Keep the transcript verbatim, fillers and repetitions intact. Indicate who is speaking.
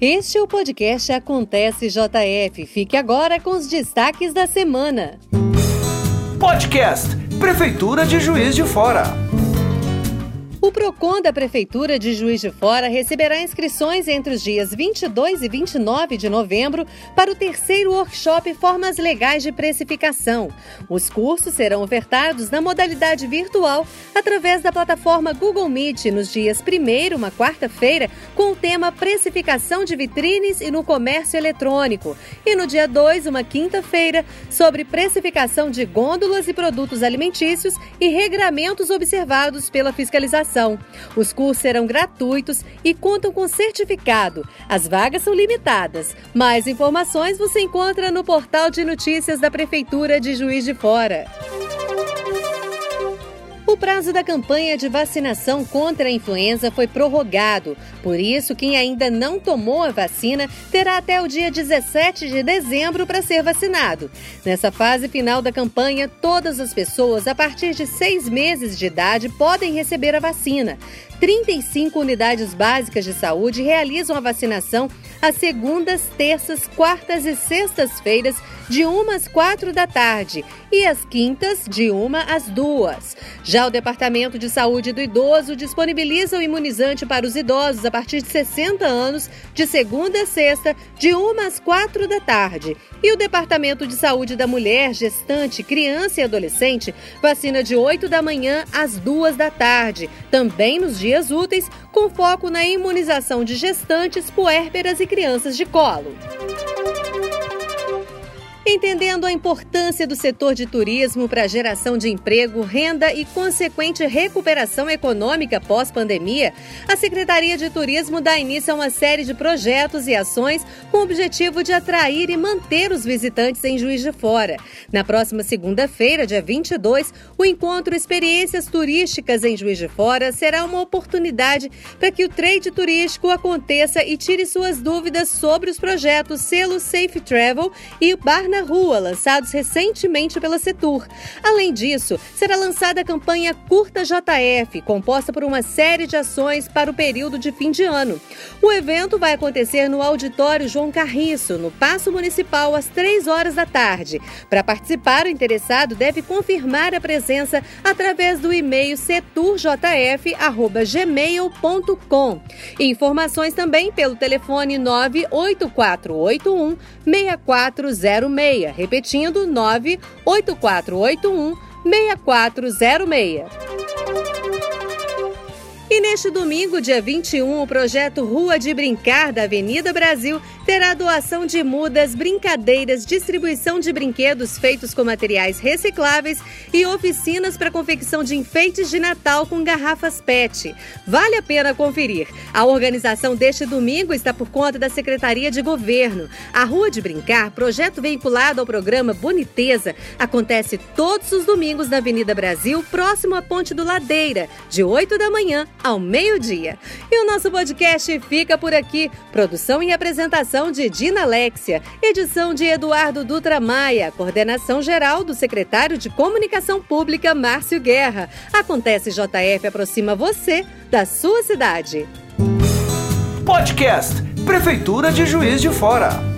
Speaker 1: Este é o podcast Acontece J F. Fique agora com os destaques da semana.
Speaker 2: Podcast Prefeitura de Juiz de Fora.
Speaker 1: O PROCON da Prefeitura de Juiz de Fora receberá inscrições entre os dias vinte e dois e vinte e nove de novembro para o terceiro workshop Formas Legais de Precificação. Os cursos serão ofertados na modalidade virtual através da plataforma Google Meet nos dias primeiro, uma quarta-feira, com o tema Precificação de Vitrines e no Comércio Eletrônico, e no dia dois, uma quinta-feira, sobre precificação de gôndolas e produtos alimentícios e regramentos observados pela fiscalização. Os cursos serão gratuitos e contam com certificado. As vagas são limitadas. Mais informações você encontra no portal de notícias da Prefeitura de Juiz de Fora. O prazo da campanha de vacinação contra a influenza foi prorrogado. Por isso, quem ainda não tomou a vacina terá até o dia dezessete de dezembro para ser vacinado. Nessa fase final da campanha, todas as pessoas a partir de seis meses de idade podem receber a vacina. trinta e cinco unidades básicas de saúde realizam a vacinação às segundas, terças, quartas e sextas-feiras, de uma às quatro da tarde, e às quintas, de uma às duas. Já o Departamento de Saúde do Idoso disponibiliza o imunizante para os idosos a partir de sessenta anos, de segunda a sexta, de uma às quatro da tarde. E o Departamento de Saúde da Mulher, Gestante, Criança e Adolescente vacina de oito da manhã às duas da tarde, também nos dias úteis, com foco na imunização de gestantes, puérperas e crianças de colo. Entendendo a importância do setor de turismo para a geração de emprego, renda e consequente recuperação econômica pós-pandemia, a Secretaria de Turismo dá início a uma série de projetos e ações com o objetivo de atrair e manter os visitantes em Juiz de Fora. Na próxima segunda-feira, dia vinte e dois, o encontro Experiências Turísticas em Juiz de Fora será uma oportunidade para que o trade turístico aconteça e tire suas dúvidas sobre os projetos Selo Safe Travel e Bar na Rua, lançados recentemente pela Setur. Além disso, será lançada a campanha Curta J F, composta por uma série de ações para o período de fim de ano. O evento vai acontecer no Auditório João Carriço, no Paço Municipal, às três horas da tarde. Para participar, o interessado deve confirmar a presença através do e-mail setur j f arroba gmail ponto com. Informações também pelo telefone nove oito quatro oito um, seis quatro zero seis. Repetindo, nove oito quatro oito um, seis quatro zero seis. E neste domingo, dia vinte e um, o projeto Rua de Brincar da Avenida Brasil terá doação de mudas, brincadeiras, distribuição de brinquedos feitos com materiais recicláveis e oficinas para confecção de enfeites de Natal com garrafas P E T. Vale a pena conferir. A organização deste domingo está por conta da Secretaria de Governo. A Rua de Brincar, projeto vinculado ao programa Boniteza, acontece todos os domingos na Avenida Brasil, próximo à Ponte do Ladeira, de oito da manhã ao meio-dia. E o nosso podcast fica por aqui. Produção e apresentação de Dina Alexia, edição de Eduardo Dutra Maia, coordenação geral do secretário de Comunicação Pública, Márcio Guerra. Acontece J F aproxima você da sua cidade.
Speaker 2: Podcast Prefeitura de Juiz de Fora.